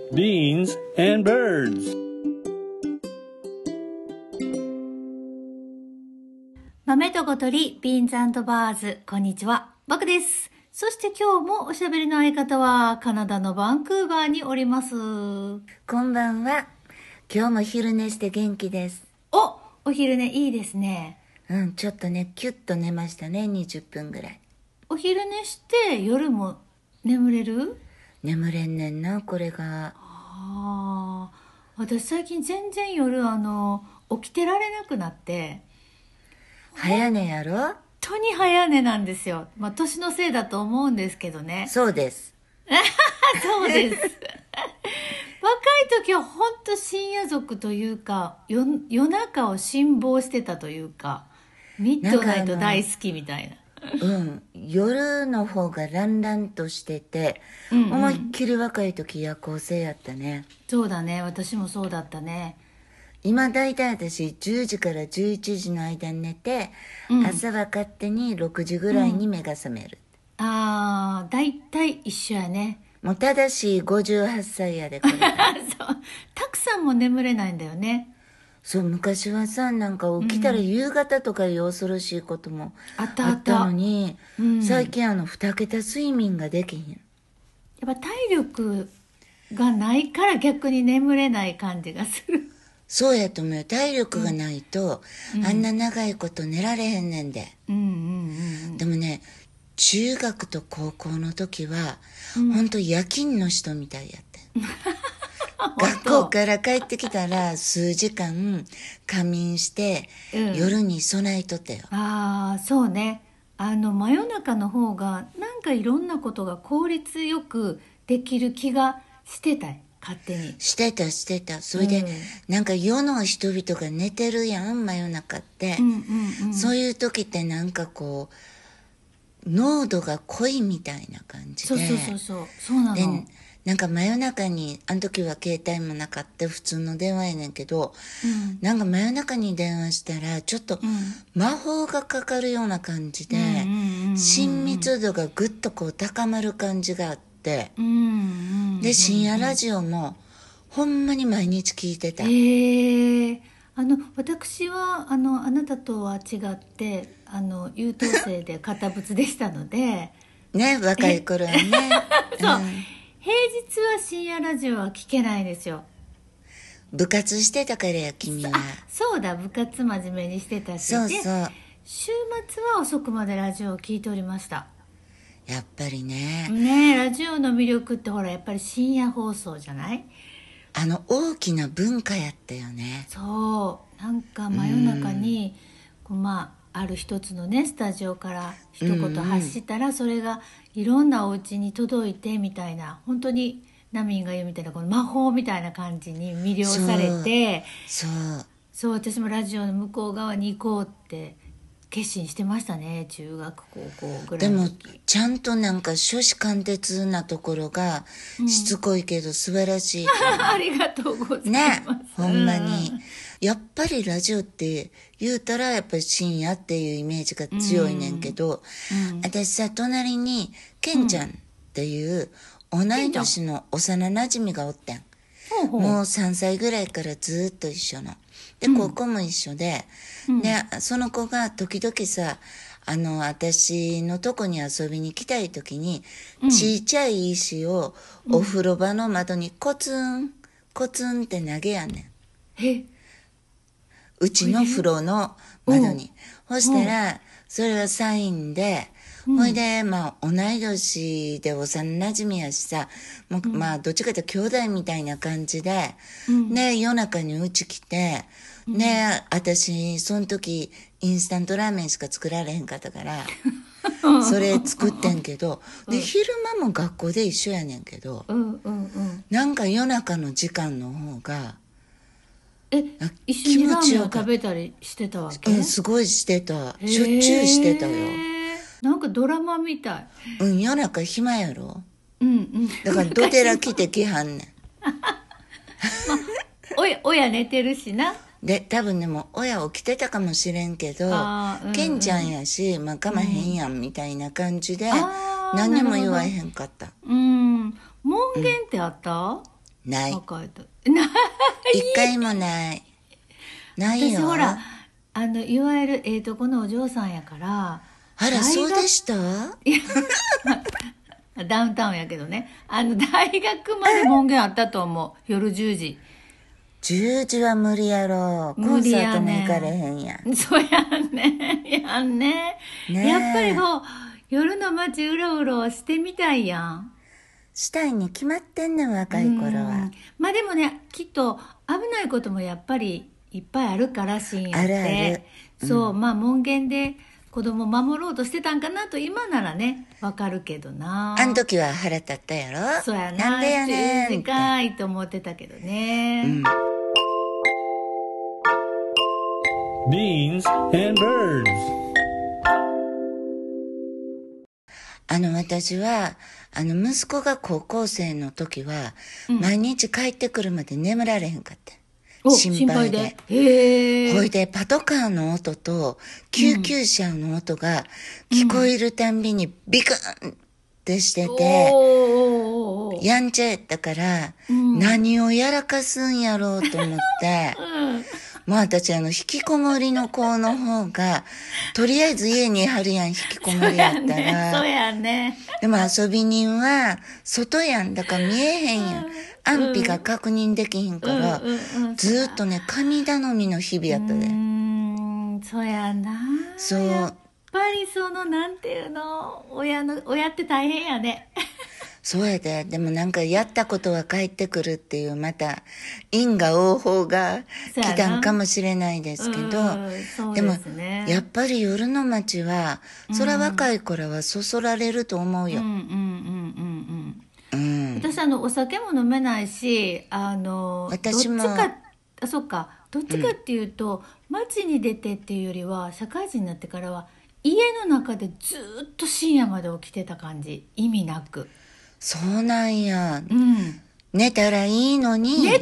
beans, and birds. 豆と小鳥、ビーンズ&バーズ、こんにちは、バクです。そして今日もおしゃべりの相方はカナダのバンクーバーにおります。 こんばんは。今日も昼寝して元気です。 お昼寝いいですね。 ちょっとね、キュッと寝ましたね、20分ぐらい。 お昼寝して夜も眠れる？ 眠れんねんな、これが。 私最近全然夜起きてられなくなって。 早寝やろ？ 本当に早寝なんですよ。年のせいだと思うんですけどね。 そうです。 そうです。若い時は本当深夜族というか、夜中を辛抱してたというか、ミッドナイト大好きみたいな。 夜の方がランランとしてて、思いっきり若い時夜行性やったね。 そうだね、私もそうだったね。 今だいたい私10時から11時の間に寝て、朝は勝手に6時ぐらいに目が覚める。 だいたい一緒やね。 もうただし58歳やでこれそうたくさんも眠れないんだよね。 そう、昔はさ、なんか起きたら夕方とかいう恐ろしいこともあったのに、最近2桁睡眠ができひん。 やっぱ体力がないから逆に眠れない感じがする。 そうやと思うよ。体力がないと、あんな長いこと寝られへんねんで。でもね、中学と高校の時は、ほんと夜勤の人みたいやって。学校から帰ってきたら数時間仮眠して、夜に備えとったよ。 そうね。真夜中の方がなんかいろんなことが効率よくできる気がしてたい。勝手にしてた。それで、なんか世の人々が寝てるやん、真夜中って、そういう時ってなんかこう濃度が濃いみたいな感じで、 そうなの。 でなんか真夜中に、あの時は携帯もなかった普通の電話やねんけど、なんか真夜中に電話したらちょっと魔法がかかるような感じで、親密度がぐっとこう高まる感じがあって、で深夜ラジオもほんまに毎日聞いてた。 私はあなたとは違って優等生で堅物でしたのでね、若い頃はねそう、平日は深夜ラジオは聞けないですよ。 部活してたからや、君は。 そうだ、部活真面目にしてたし。 そう週末は遅くまでラジオを聞いておりました。 やっぱりね。 ラジオの魅力ってほらやっぱり深夜放送じゃない？ 大きな文化やったよね。 そう、なんか真夜中にある一つのねスタジオから一言発したら、それがいろんなお家に届いてみたいな、本当にナミンが言うみたいなこの魔法みたいな感じに魅了されて、そう私もラジオの向こう側に行こうって決心してましたね、中学高校ぐらいの時。 でもちゃんとなんか初志貫徹なところがしつこいけど素晴らしい、 ありがとうございますね、ほんまに。やっぱりラジオって言うたらやっぱり深夜っていうイメージが強いねんけど、私さ、隣にケンちゃんっていう同い年の幼なじみがおってん。もう3歳ぐらいからずっと一緒ので、高校も一緒で、でその子が時々さ、私のとこに遊びに来たい時に、ちいちゃい石をお風呂場の窓にコツンコツンって投げやねん。うちの風呂の窓に。そしたらそれはサインで、ほいで同い年で幼なじみやしさ、もうどっちかというと兄弟みたいな感じで、で夜中にうち来て、で私その時インスタントラーメンしか作られへんかったからそれ作ってんけど、で昼間も学校で一緒やねんけど、なんか夜中の時間の方が一緒にラーメンを食べたりしてたわけ？ すごいしてた。しょっちゅうしてたよ。 なんかドラマみたい。 夜中暇やろ。だからドテラ来てきはんねん。 親寝てるしな。 で多分ね、もう親起きてたかもしれんけど、ケンちゃんやしかまへんやんみたいな感じで、何にも言わへんかった。 門限ってあった？ ない。 若いとない。 一回もない。ないよ。 私ほらいわゆるこのお嬢さんやから。 あら、そうでした？ ダウンタウンやけどね。大学まで門限あったと思う。夜10時。 10時は無理やろ。コンサートも行かれへんやん。 そうやんね。やんね。やっぱりこう、夜の街うろうろしてみたいやん。 したいに決まってんねん、若い頃は。 まあでもね、きっと危ないこともやっぱりいっぱいあるから深夜って。 あるある。 そう、まあ門限で子供守ろうとしてたんかなと今ならね、わかるけどな。 あの時は腹立ったやろ？ そうやな。 なんでやねんって。 10時かいと思ってたけどね。 Beans and birds. 私は、息子が高校生の時は、毎日帰ってくるまで眠られへんかった。心配で。 へー。 ほいで、パトカーの音と救急車の音が聞こえるたんびにビクンってしてて、やんちゃやったから、何をやらかすんやろうと思って、もう私引きこもりの子の方が、とりあえず家に貼るやん、引きこもりやったら。 そうやね。 でも遊び人は外やん、だから見えへんやん。安否が確認できひんから、ずーっとね、神頼みの日々やったで。 そうやな。 そう。 やっぱりなんていうの、親って大変やね。 そうやで。でもなんかやったことは返ってくるっていう、また因果応報が来たんかもしれないですけど、でもやっぱり夜の街は、そら若い頃はそそられると思うよ。 私お酒も飲めないし、 私もどっちかっていうと、街に出てっていうよりは社会人になってからは家の中でずっと深夜まで起きてた感じ。意味なく。 そうなんや。寝たらいいのに。 寝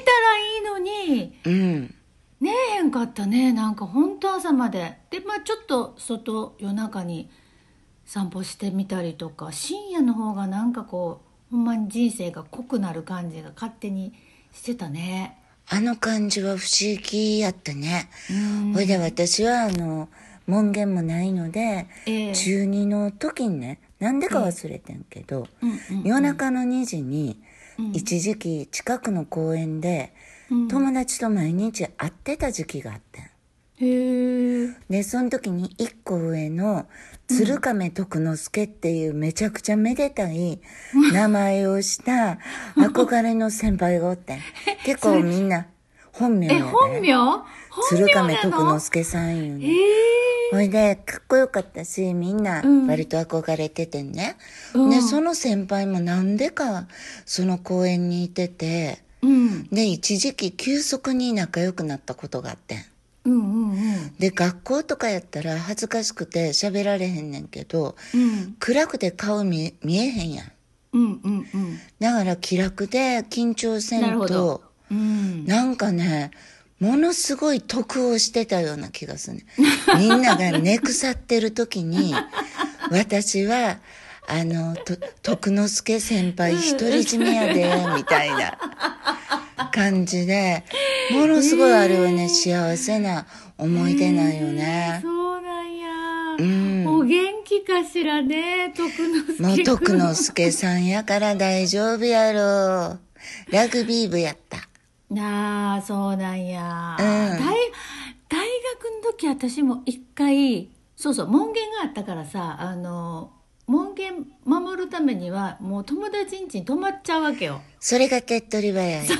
えへんかったね。なんか本当朝まで。で、まあちょっと夜中に散歩してみたりとか、深夜の方がなんかこう、ほんまに人生が濃くなる感じが勝手にしてたね。 あの感じは不思議やったね。ほいで私は門限もないので、中2の時にね、なんでか忘れてんけど、夜中の2時に、一時期近くの公園で、友達と毎日会ってた時期があってん。で、その時に一個上の鶴亀徳之助っていうめちゃくちゃめでたい名前をした憧れの先輩がおってん。結構みんな本名やで。 本名鶴亀徳之助さんいうね。ほいで、かっこよかったし、みんな割と憧れててね。で、その先輩もなんでかその公園にいてて、で、一時期急速に仲良くなったことがあってん。で、学校とかやったら恥ずかしくて喋られへんねんけど、暗くて顔見えへんやん。だから気楽で緊張せんと、なんかね、ものすごい得をしてたような気がするね。みんなが寝腐ってる時に、私は、徳之助先輩独り占めやで、みたいな感じで、ものすごいあれはね、幸せな思い出なんよね。 そうなんや。お元気かしらね、徳之助。 もう徳之助さんやから大丈夫やろ。ラグビー部やった。 そうなんや。大学の時私も一回、門限があったからさ、門限守るためにはもう友達ん家に泊まっちゃうわけよ。 それが手っ取り早い。 そう、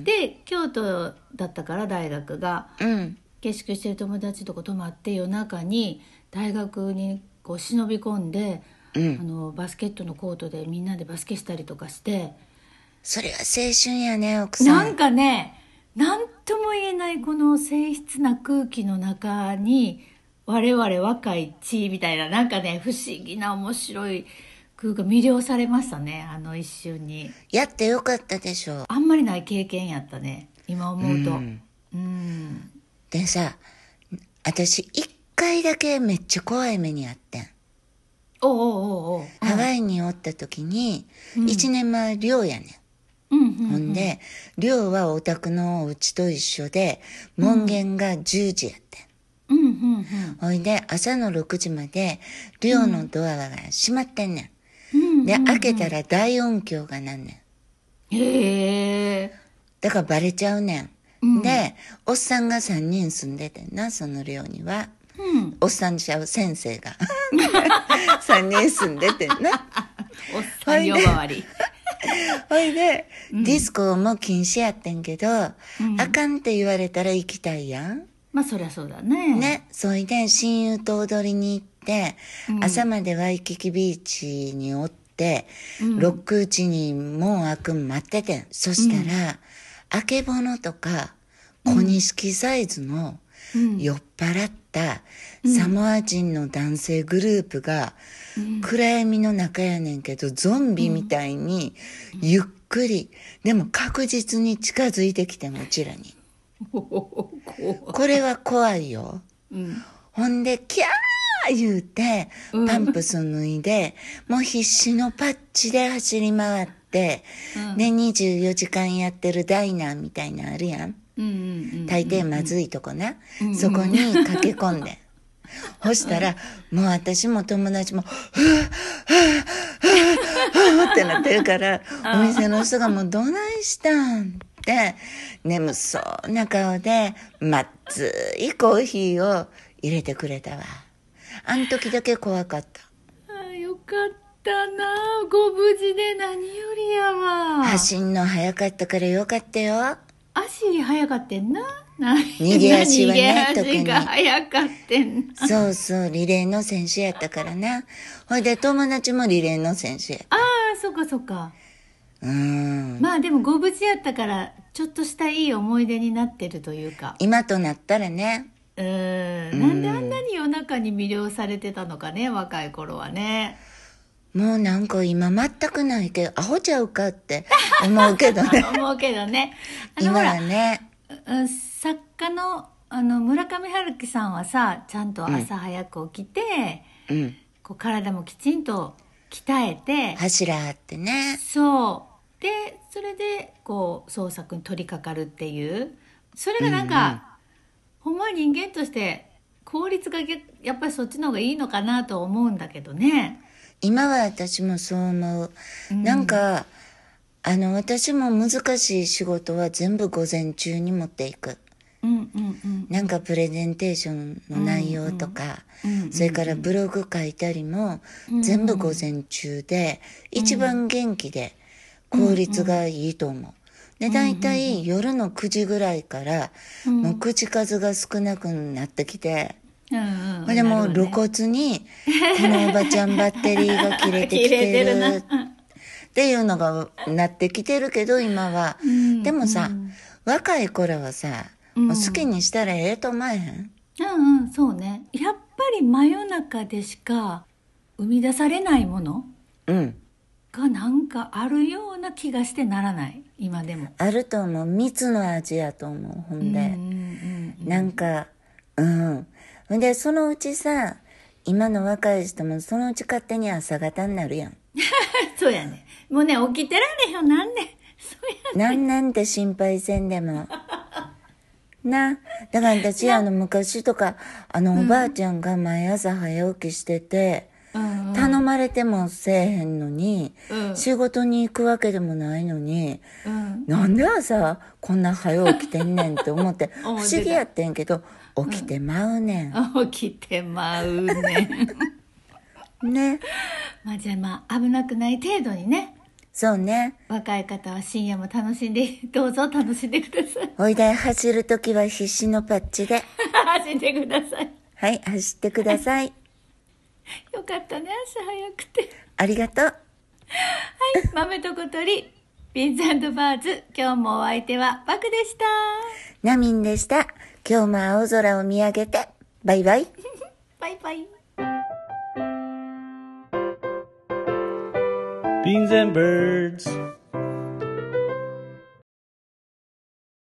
で京都だったから大学が、下宿してる友達とこ泊まって夜中に大学にこう忍び込んで、バスケットのコートでみんなでバスケしたりとかして。 それは青春やね、奥さん。 なんかね、なんとも言えないこの静謐な空気の中に我々若い地みたいな、なんかね、不思議な面白い空間、魅了されましたね、一瞬に。 やってよかったでしょ。 あんまりない経験やったね、今思うと。 でさ、私一回だけめっちゃ怖い目にあってん。ハワイにおった時に、1年前寮やねん。 ほんで、寮はお宅のお家と一緒で、門限が10時やってん。ほいで、朝の6時まで、寮のドアが閉まってんねん。で、開けたら大音響がなんねん。 へえ。 だからバレちゃうねん。で、おっさんが3人住んでてんな、その寮には。おっさんちゃう先生が。3人住んでてんな。 おっさん呼ばわり。 ほいで、ディスコも禁止やってんけど、あかんって言われたら行きたいやん。 まあそりゃそうだね。 ね、そいで親友と踊りに行って、朝までワイキキビーチにおって、6時に門開くん待っててん。そしたら、あけぼのとか小錦サイズの酔っ払ったサモア人の男性グループが、暗闇の中やねんけどゾンビみたいにゆっくり、でも確実に近づいてきてん、うちらに。これは怖いよ。ほんでキャー言うてパンプス脱いで、もう必死のパッチで走り回って、で24時間やってるダイナーみたいなのあるやん。大抵まずいとこな、そこに駆け込んで、そしたらもう私も友達もふぅってなってるから、お店の人がもうどないしたんって眠そうな顔でまっついコーヒーを入れてくれたわ。あん時だけ怖かった。 よかったな、ご無事で何よりやわ。 走んの早かったからよかったよ。 足早かってんな。 逃げ足はね、 逃げ足が早かってんな。 そうそう、リレーの選手やったからな。ほいで友達もリレーの選手やった。 ああ、そっかそっか。まあでもご無事やったからちょっとしたいい思い出になってるというか。 今となったらね。 なんであんなに夜中に魅了されてたのかね、若い頃はね。 もうなんか今全くないけど、アホちゃうかって思うけどね。 思うけどね。 今はね。 作家の村上春樹さんはさ、ちゃんと朝早く起きて、こう体もきちんと鍛えて、 柱あってね。 そうで、それでこう創作に取り掛かるっていう、それがなんか、ほんま人間として効率がやっぱりそっちの方がいいのかなと思うんだけどね。 今は私もそう思う。なんか私も難しい仕事は全部午前中に持っていく。なんかプレゼンテーションの内容とか、それからブログ書いたりも全部午前中で、一番元気で効率がいいと思う。で、だいたい夜の9時ぐらいから、もう口数が少なくなってきて、でも露骨にこのおばちゃんバッテリーが切れてきてるっていうのがなってきてるけど、今は。でもさ、若い頃はさ、もう好きにしたらええと思えへん？ そうね。やっぱり真夜中でしか生み出されないものがなんかあるような気がしてならない、今でも。 あると思う。蜜の味やと思う。ほんで、なんかほんでそのうちさ、今の若い人もそのうち勝手に朝方になるやん。 そうやね。もうね、起きてられへんよ、なんね。そうやね。 なんて心配せんでもな。だから私昔とかおばあちゃんが毎朝早起きしてて、頼まれてもせえへんのに、仕事に行くわけでもないのに、なんで朝こんな早起きてんねんって思って不思議やってんけど、起きてまうねん。 起きてまうねんね。 まあじゃあ危なくない程度にね。 そうね。 若い方は深夜も楽しんで、どうぞ楽しんでください。 おいで、走るときは必死のパッチで走ってください。 はい、走ってください。 よかったね、朝早くて。 ありがとう。はい、 豆と小鳥ビーンズ&バーズ、今日もお相手はバクでした。 ナミンでした。今日も青空を見上げてバイバイ。 バイバイ。 Beans and birds.